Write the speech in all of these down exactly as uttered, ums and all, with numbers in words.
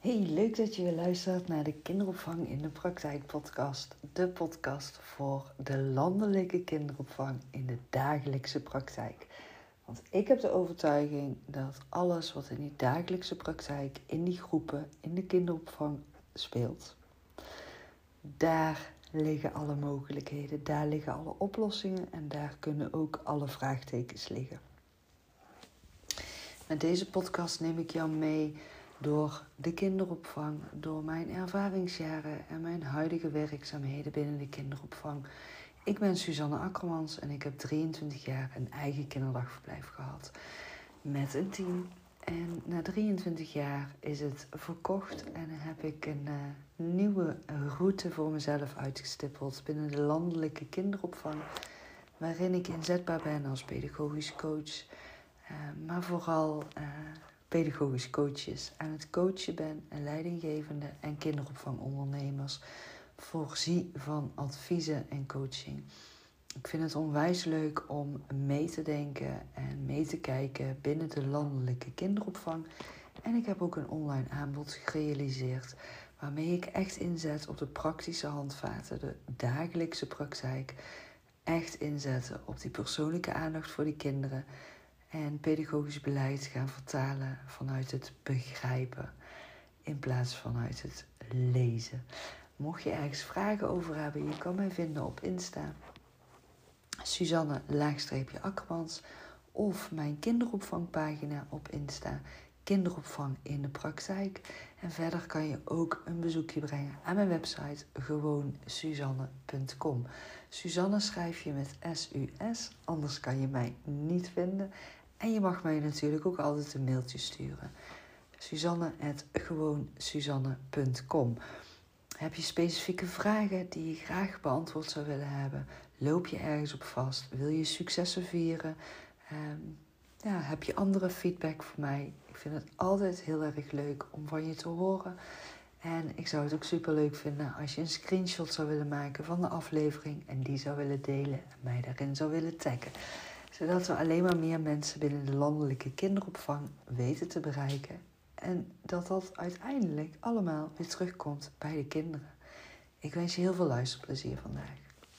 Hey, leuk dat je weer luistert naar de Kinderopvang in de Praktijk podcast. De podcast voor de landelijke kinderopvang in de dagelijkse praktijk. Want ik heb de overtuiging dat alles wat in die dagelijkse praktijk, in die groepen, in de kinderopvang speelt, daar liggen alle mogelijkheden, daar liggen alle oplossingen en daar kunnen ook alle vraagtekens liggen. Met deze podcast neem ik jou mee door de kinderopvang, door mijn ervaringsjaren en mijn huidige werkzaamheden binnen de kinderopvang. Ik ben Suzanne Akkermans en ik heb drieëntwintig jaar een eigen kinderdagverblijf gehad met een team. En na drieëntwintig jaar is het verkocht en heb ik een uh, nieuwe route voor mezelf uitgestippeld binnen de landelijke kinderopvang, waarin ik inzetbaar ben als pedagogisch coach, uh, maar vooral uh, pedagogisch coaches aan het coachen ben en leidinggevende en kinderopvangondernemers voorzie van adviezen en coaching. Ik vind het onwijs leuk om mee te denken en mee te kijken binnen de landelijke kinderopvang. En ik heb ook een online aanbod gerealiseerd waarmee ik echt inzet op de praktische handvaten, de dagelijkse praktijk. Echt inzetten op die persoonlijke aandacht voor die kinderen. En pedagogisch beleid gaan vertalen vanuit het begrijpen in plaats vanuit het lezen. Mocht je ergens vragen over hebben, je kan mij vinden op Insta. Suzanne laagstreepje Akkermans. Of mijn kinderopvangpagina op Insta. Kinderopvang in de praktijk. En verder kan je ook een bezoekje brengen aan mijn website gewoon suzanne punt com. Suzanne schrijf je met S U S, anders kan je mij niet vinden. En je mag mij natuurlijk ook altijd een mailtje sturen. Suzanne at gewoon suzanne punt com. Heb je specifieke vragen die je graag beantwoord zou willen hebben? Loop je ergens op vast? Wil je successen vieren? Um, ja, heb je andere feedback voor mij? Ik vind het altijd heel erg leuk om van je te horen. En ik zou het ook super leuk vinden als je een screenshot zou willen maken van de aflevering en die zou willen delen en mij daarin zou willen taggen. Zodat we alleen maar meer mensen binnen de landelijke kinderopvang weten te bereiken. En dat dat uiteindelijk allemaal weer terugkomt bij de kinderen. Ik wens je heel veel luisterplezier vandaag.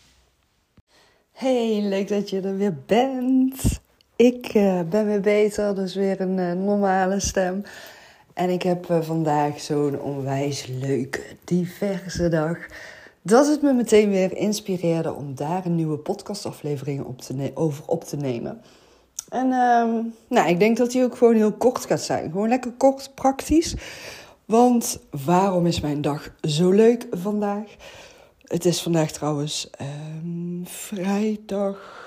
Hey, leuk dat je er weer bent. Ik uh, ben weer beter, dus weer een uh, normale stem. En ik heb uh, vandaag zo'n onwijs leuke, diverse dag, dat het me meteen weer inspireerde om daar een nieuwe podcastaflevering op te ne- over op te nemen. En uh, nou, ik denk dat die ook gewoon heel kort gaat zijn. Gewoon lekker kort, praktisch. Want waarom is mijn dag zo leuk vandaag? Het is vandaag trouwens uh, vrijdag.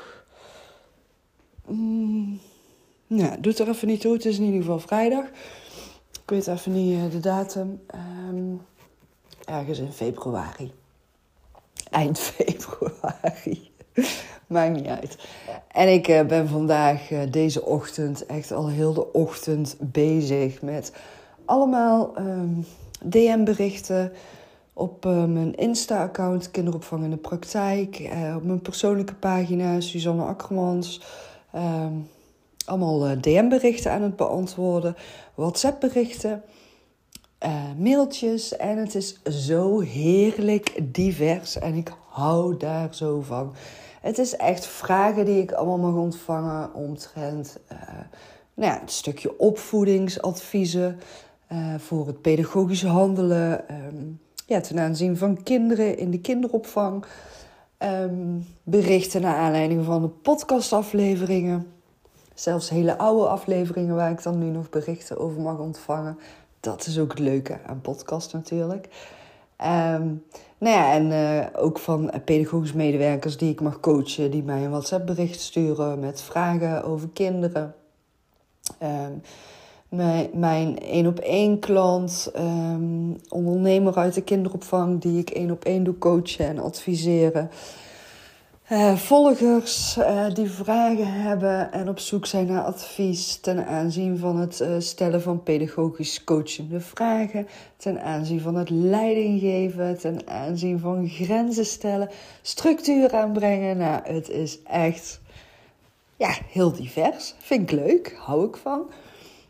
Mm, nou, doet er even niet toe. Het is in ieder geval vrijdag. Ik weet even niet uh, de datum. Um, ergens in februari. Eind februari. Maakt niet uit. En ik uh, ben vandaag uh, deze ochtend echt al heel de ochtend bezig met allemaal um, D M-berichten op uh, mijn Insta-account Kinderopvang in de Praktijk. Uh, op mijn persoonlijke pagina Suzanne Akkermans. Um, allemaal uh, D M-berichten aan het beantwoorden. WhatsApp-berichten. Uh, mailtjes. En het is zo heerlijk divers. En ik hou daar zo van. Het is echt vragen die ik allemaal mag ontvangen omtrent uh, nou ja, het stukje opvoedingsadviezen uh, voor het pedagogische handelen, um, ja, ten aanzien van kinderen in de kinderopvang, um, berichten naar aanleiding van de podcastafleveringen, zelfs hele oude afleveringen waar ik dan nu nog berichten over mag ontvangen. Dat is ook het leuke aan podcast natuurlijk. Um, nou ja, en uh, ook van pedagogische medewerkers die ik mag coachen, die mij een WhatsApp-bericht sturen met vragen over kinderen. Um, mijn, mijn één-op-één klant, um, ondernemer uit de kinderopvang die ik één-op-één doe coachen en adviseren. Uh, volgers uh, die vragen hebben en op zoek zijn naar advies ten aanzien van het uh, stellen van pedagogisch coachende vragen, ten aanzien van het leidinggeven, ten aanzien van grenzen stellen, structuur aanbrengen. Nou, het is echt ja, heel divers. Vind ik leuk, hou ik van.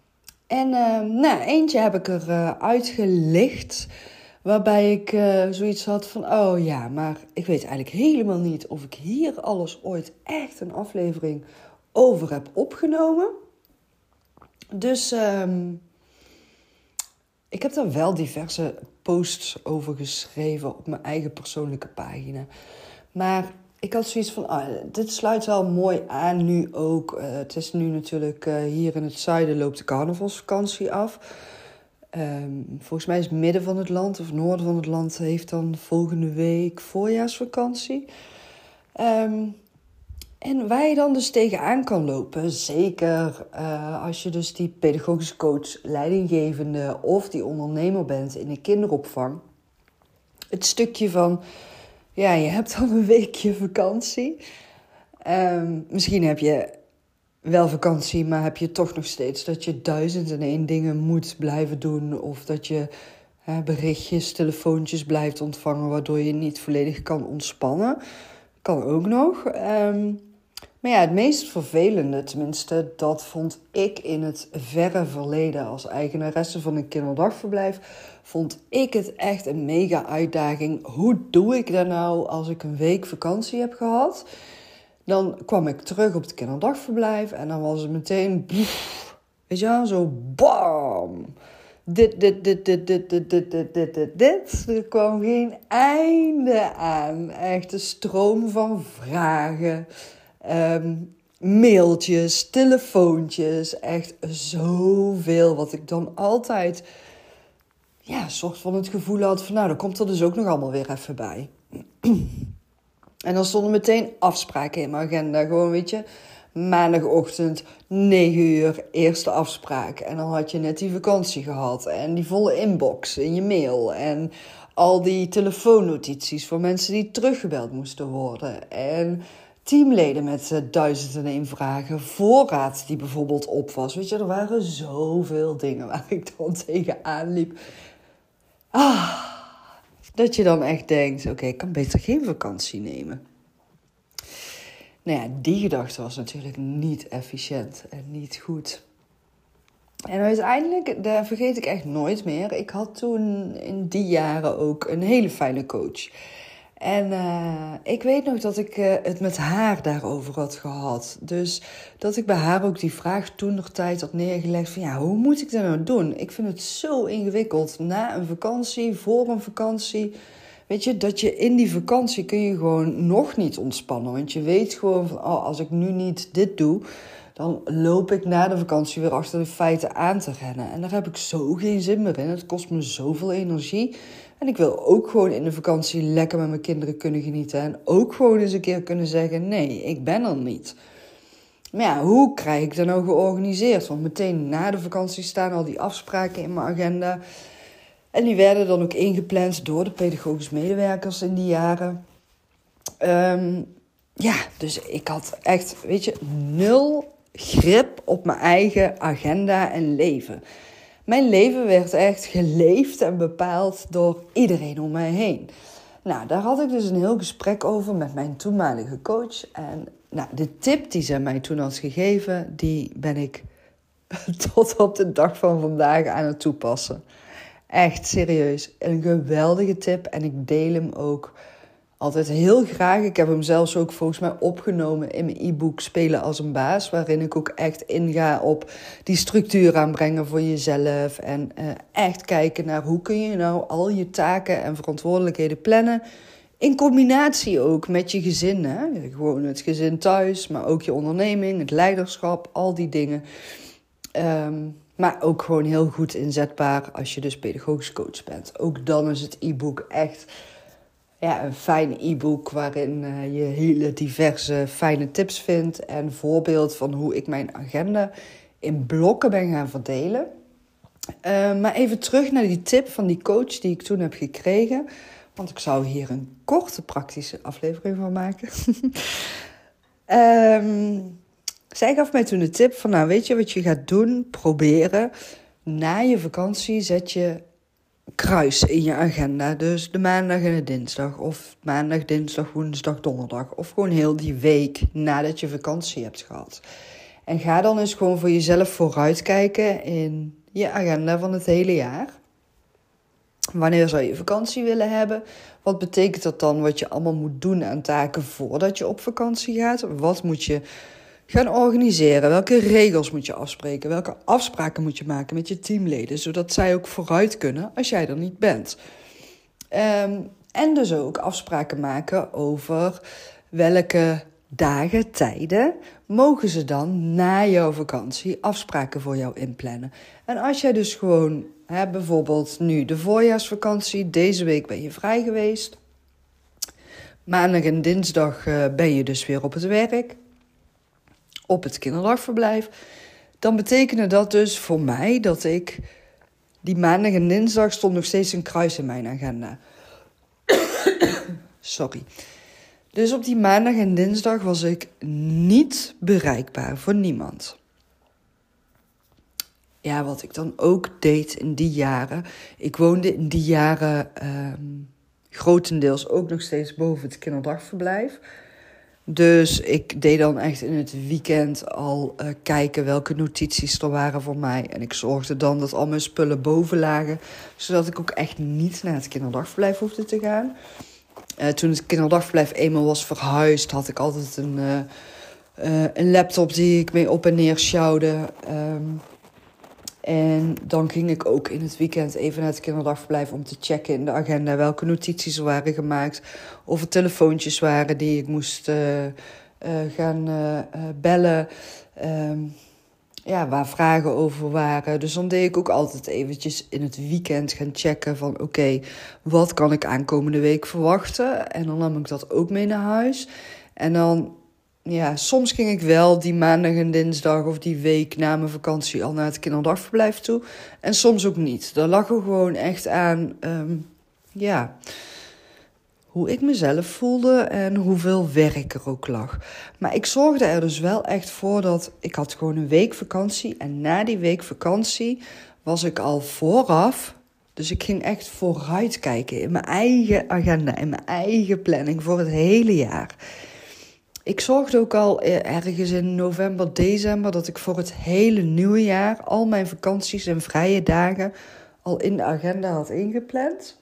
En uh, nou, eentje heb ik er uh, uitgelicht, waarbij ik uh, zoiets had van, oh ja, maar ik weet eigenlijk helemaal niet of ik hier alles ooit echt een aflevering over heb opgenomen. Dus um, ik heb daar wel diverse posts over geschreven op mijn eigen persoonlijke pagina. Maar ik had zoiets van, ah, dit sluit wel mooi aan nu ook. Uh, het is nu natuurlijk uh, hier in het zuiden loopt de carnavalsvakantie af. Um, volgens mij is het midden van het land of noorden van het land heeft dan volgende week voorjaarsvakantie. Um, en waar je dan dus tegenaan kan lopen, zeker uh, als je dus die pedagogische coach, leidinggevende of die ondernemer bent in de kinderopvang. Het stukje van, ja, je hebt dan een weekje vakantie. Um, misschien heb je wel vakantie, maar heb je toch nog steeds dat je duizend en één dingen moet blijven doen. Of dat je hè, berichtjes, telefoontjes blijft ontvangen, waardoor je niet volledig kan ontspannen. Kan ook nog. Um, maar ja, het meest vervelende, tenminste, dat vond ik in het verre verleden als eigenaresse van een kinderdagverblijf, vond ik het echt een mega uitdaging. Hoe doe ik dat nou als ik een week vakantie heb gehad? Dan kwam ik terug op het kinderdagverblijf en dan was het meteen, pff, weet je wel, zo bam. Dit, dit, dit, dit, dit, dit, dit, dit, dit, dit, dit. Er kwam geen einde aan. Echt een stroom van vragen, um, mailtjes, telefoontjes. Echt zoveel wat ik dan altijd, ja, soort van het gevoel had van, nou, dan komt er dus ook nog allemaal weer even bij. En dan stonden meteen afspraken in mijn agenda. Gewoon, weet je, maandagochtend, negen uur, eerste afspraak. En dan had je net die vakantie gehad. En die volle inbox in je mail. En al die telefoonnotities voor mensen die teruggebeld moesten worden. En teamleden met uh, duizend en één vragen. Voorraad die bijvoorbeeld op was. Weet je, er waren zoveel dingen waar ik dan tegenaan liep. Ah... Dat je dan echt denkt, oké, okay, ik kan beter geen vakantie nemen. Nou ja, die gedachte was natuurlijk niet efficiënt en niet goed. En uiteindelijk, daar vergeet ik echt nooit meer. Ik had toen in die jaren ook een hele fijne coach. En uh, ik weet nog dat ik uh, het met haar daarover had gehad. Dus dat ik bij haar ook die vraag toen nog tijd had neergelegd van, ja, hoe moet ik dat nou doen? Ik vind het zo ingewikkeld. Na een vakantie, voor een vakantie. Weet je, dat je in die vakantie kun je gewoon nog niet ontspannen. Want je weet gewoon van, oh, als ik nu niet dit doe, dan loop ik na de vakantie weer achter de feiten aan te rennen. En daar heb ik zo geen zin meer in. Het kost me zoveel energie. En ik wil ook gewoon in de vakantie lekker met mijn kinderen kunnen genieten. En ook gewoon eens een keer kunnen zeggen, nee, ik ben er niet. Maar ja, hoe krijg ik dat nou georganiseerd? Want meteen na de vakantie staan al die afspraken in mijn agenda. En die werden dan ook ingepland door de pedagogisch medewerkers in die jaren. Um, ja, dus ik had echt, weet je, nul grip op mijn eigen agenda en leven. Mijn leven werd echt geleefd en bepaald door iedereen om mij heen. Nou, daar had ik dus een heel gesprek over met mijn toenmalige coach. En nou, de tip die ze mij toen had gegeven, die ben ik tot op de dag van vandaag aan het toepassen. Echt serieus, een geweldige tip en ik deel hem ook altijd heel graag. Ik heb hem zelfs ook volgens mij opgenomen in mijn e-book Spelen als een baas. Waarin ik ook echt inga op die structuur aanbrengen voor jezelf. En uh, echt kijken naar hoe kun je nou al je taken en verantwoordelijkheden plannen. In combinatie ook met je gezin. Hè? Gewoon het gezin thuis, maar ook je onderneming, het leiderschap, al die dingen. Um, maar ook gewoon heel goed inzetbaar als je dus pedagogisch coach bent. Ook dan is het e-book echt... Ja, een fijn e-book waarin uh, je hele diverse fijne tips vindt. En een voorbeeld van hoe ik mijn agenda in blokken ben gaan verdelen. Uh, maar even terug naar die tip van die coach die ik toen heb gekregen. Want ik zou hier een korte praktische aflevering van maken. um, zij gaf mij toen de tip van, nou weet je wat je gaat doen? Proberen. Na je vakantie zet je kruis in je agenda. Dus de maandag en de dinsdag. Of maandag, dinsdag, woensdag, donderdag. Of gewoon heel die week nadat je vakantie hebt gehad. En ga dan eens gewoon voor jezelf vooruitkijken in je agenda van het hele jaar. Wanneer zou je vakantie willen hebben? Wat betekent dat dan wat je allemaal moet doen aan taken voordat je op vakantie gaat? Wat moet je gaan organiseren? Welke regels moet je afspreken? Welke afspraken moet je maken met je teamleden? Zodat zij ook vooruit kunnen als jij er niet bent. Um, en dus ook afspraken maken over welke dagen, tijden mogen ze dan na jouw vakantie afspraken voor jou inplannen. En als jij dus gewoon, hè, bijvoorbeeld nu de voorjaarsvakantie, deze week ben je vrij geweest. Maandag en dinsdag uh, ben je dus weer op het werk, op het kinderdagverblijf. Dan betekende dat dus voor mij dat ik, die maandag en dinsdag stond nog steeds een kruis in mijn agenda. Sorry. Dus op die maandag en dinsdag was ik niet bereikbaar voor niemand. Ja, wat ik dan ook deed in die jaren. Ik woonde in die jaren um, grotendeels ook nog steeds boven het kinderdagverblijf. Dus ik deed dan echt in het weekend al uh, kijken welke notities er waren voor mij. En ik zorgde dan dat al mijn spullen boven lagen. Zodat ik ook echt niet naar het kinderdagverblijf hoefde te gaan. Uh, toen het kinderdagverblijf eenmaal was verhuisd, had ik altijd een, uh, uh, een laptop die ik mee op en neer sjouwde. Um, en dan ging ik ook in het weekend even naar het kinderdagverblijf om te checken in de agenda welke notities er waren gemaakt. Of er telefoontjes waren die ik moest uh, uh, gaan uh, uh, bellen. Um, ja, waar vragen over waren. Dus dan deed ik ook altijd eventjes in het weekend gaan checken van oké, okay, wat kan ik aankomende week verwachten? En dan nam ik dat ook mee naar huis. En dan, ja, soms ging ik wel die maandag en dinsdag of die week na mijn vakantie al naar het kinderdagverblijf toe. En soms ook niet. Daar lag er gewoon echt aan, um, ja, hoe ik mezelf voelde en hoeveel werk er ook lag. Maar ik zorgde er dus wel echt voor dat ik had gewoon een week vakantie. En na die week vakantie was ik al vooraf. Dus ik ging echt vooruit kijken in mijn eigen agenda, in mijn eigen planning voor het hele jaar. Ik zorgde ook al ergens in november, december dat ik voor het hele nieuwe jaar al mijn vakanties en vrije dagen al in de agenda had ingepland.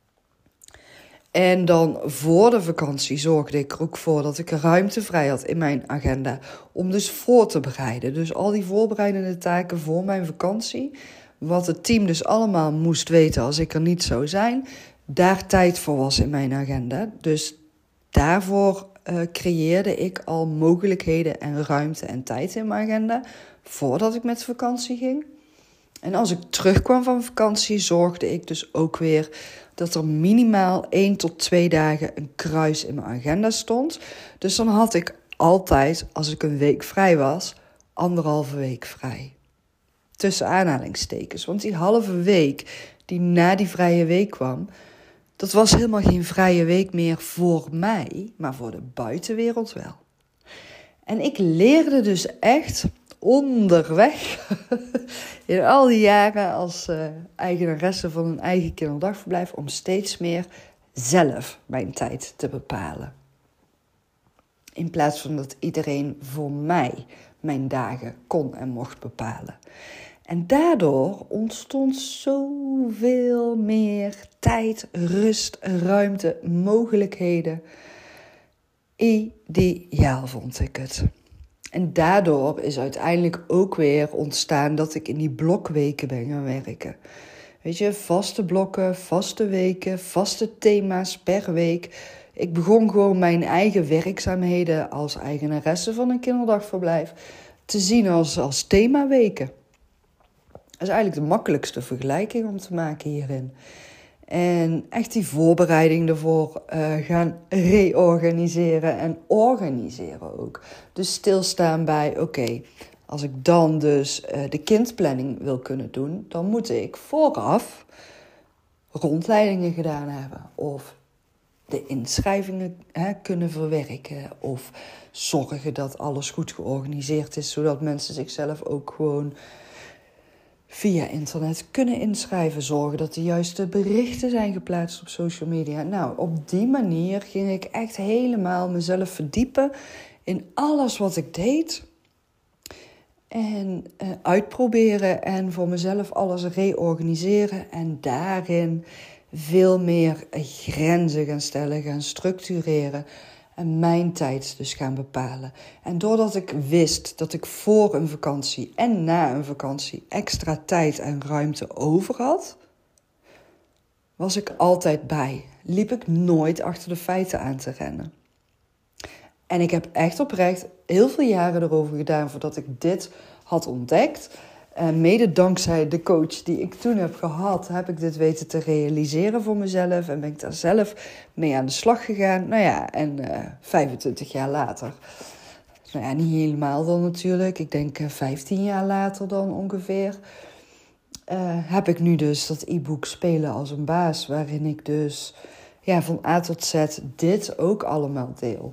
En dan voor de vakantie zorgde ik er ook voor dat ik ruimte vrij had in mijn agenda om dus voor te bereiden. Dus al die voorbereidende taken voor mijn vakantie, wat het team dus allemaal moest weten als ik er niet zou zijn, daar tijd voor was in mijn agenda. Dus daarvoor uh, creëerde ik al mogelijkheden en ruimte en tijd in mijn agenda voordat ik met vakantie ging. En als ik terugkwam van vakantie, zorgde ik dus ook weer dat er minimaal één tot twee dagen een kruis in mijn agenda stond. Dus dan had ik altijd, als ik een week vrij was, anderhalve week vrij. Tussen aanhalingstekens. Want die halve week die na die vrije week kwam, dat was helemaal geen vrije week meer voor mij, maar voor de buitenwereld wel. En ik leerde dus echt onderweg, in al die jaren als uh, eigenaresse van een eigen kinderdagverblijf, om steeds meer zelf mijn tijd te bepalen. In plaats van dat iedereen voor mij mijn dagen kon en mocht bepalen. En daardoor ontstond zoveel meer tijd, rust, ruimte, mogelijkheden. Ideaal vond ik het. En daardoor is uiteindelijk ook weer ontstaan dat ik in die blokweken ben gaan werken. Weet je, vaste blokken, vaste weken, vaste thema's per week. Ik begon gewoon mijn eigen werkzaamheden als eigenaresse van een kinderdagverblijf te zien als, als themaweken. Dat is eigenlijk de makkelijkste vergelijking om te maken hierin. En echt die voorbereiding ervoor uh, gaan reorganiseren en organiseren ook. Dus stilstaan bij, oké, okay, als ik dan dus uh, de kindplanning wil kunnen doen, dan moet ik vooraf rondleidingen gedaan hebben. Of de inschrijvingen hè, kunnen verwerken. Of zorgen dat alles goed georganiseerd is, zodat mensen zichzelf ook gewoon via internet kunnen inschrijven. Zorgen dat de juiste berichten zijn geplaatst op social media. Nou, op die manier ging ik echt helemaal mezelf verdiepen in alles wat ik deed. En uh, uitproberen en voor mezelf alles reorganiseren. En daarin veel meer grenzen gaan stellen, gaan structureren. En mijn tijd dus gaan bepalen. En doordat ik wist dat ik voor een vakantie en na een vakantie extra tijd en ruimte over had, was ik altijd bij. Liep ik nooit achter de feiten aan te rennen. En ik heb echt oprecht heel veel jaren erover gedaan voordat ik dit had ontdekt. En mede dankzij de coach die ik toen heb gehad, heb ik dit weten te realiseren voor mezelf. En ben ik daar zelf mee aan de slag gegaan. Nou ja, en uh, vijfentwintig jaar later. Nou ja, niet helemaal dan natuurlijk. Ik denk uh, vijftien jaar later dan ongeveer. Uh, heb ik nu dus dat e-book Spelen als een baas. Waarin ik dus ja, van A tot Z dit ook allemaal deel.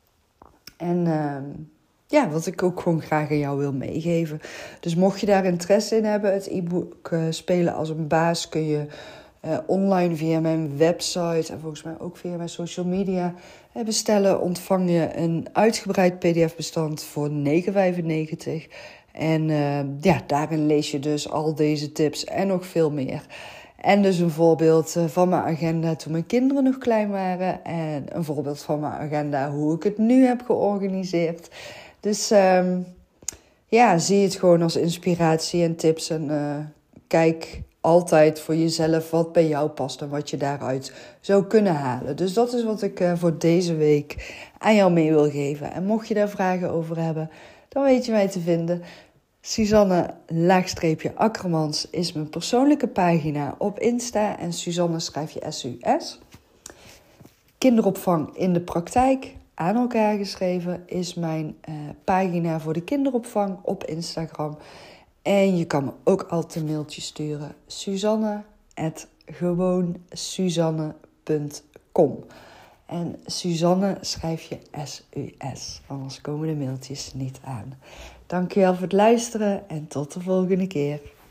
En uh, ja, wat ik ook gewoon graag aan jou wil meegeven. Dus mocht je daar interesse in hebben, het e-book uh, Spelen als een baas, kun je uh, online via mijn website en volgens mij ook via mijn social media uh, bestellen. Ontvang je een uitgebreid P D F-bestand voor negen vijfennegentig. En uh, ja, daarin lees je dus al deze tips en nog veel meer. En dus een voorbeeld van mijn agenda toen mijn kinderen nog klein waren. En een voorbeeld van mijn agenda hoe ik het nu heb georganiseerd. Dus um, ja, zie het gewoon als inspiratie en tips. En uh, kijk altijd voor jezelf wat bij jou past en wat je daaruit zou kunnen halen. Dus dat is wat ik uh, voor deze week aan jou mee wil geven. En mocht je daar vragen over hebben, dan weet je mij te vinden. Suzanne laagstreepje Akkermans is mijn persoonlijke pagina op Insta. En Suzanne schrijf je S U S. Kinderopvang in de praktijk, aan elkaar geschreven, is mijn uh, pagina voor de kinderopvang op Instagram. En je kan me ook altijd een mailtje sturen. Suzanne at gewoon suzanne punt com. En Suzanne schrijf je S U S, anders komen de mailtjes niet aan. Dankjewel voor het luisteren en tot de volgende keer.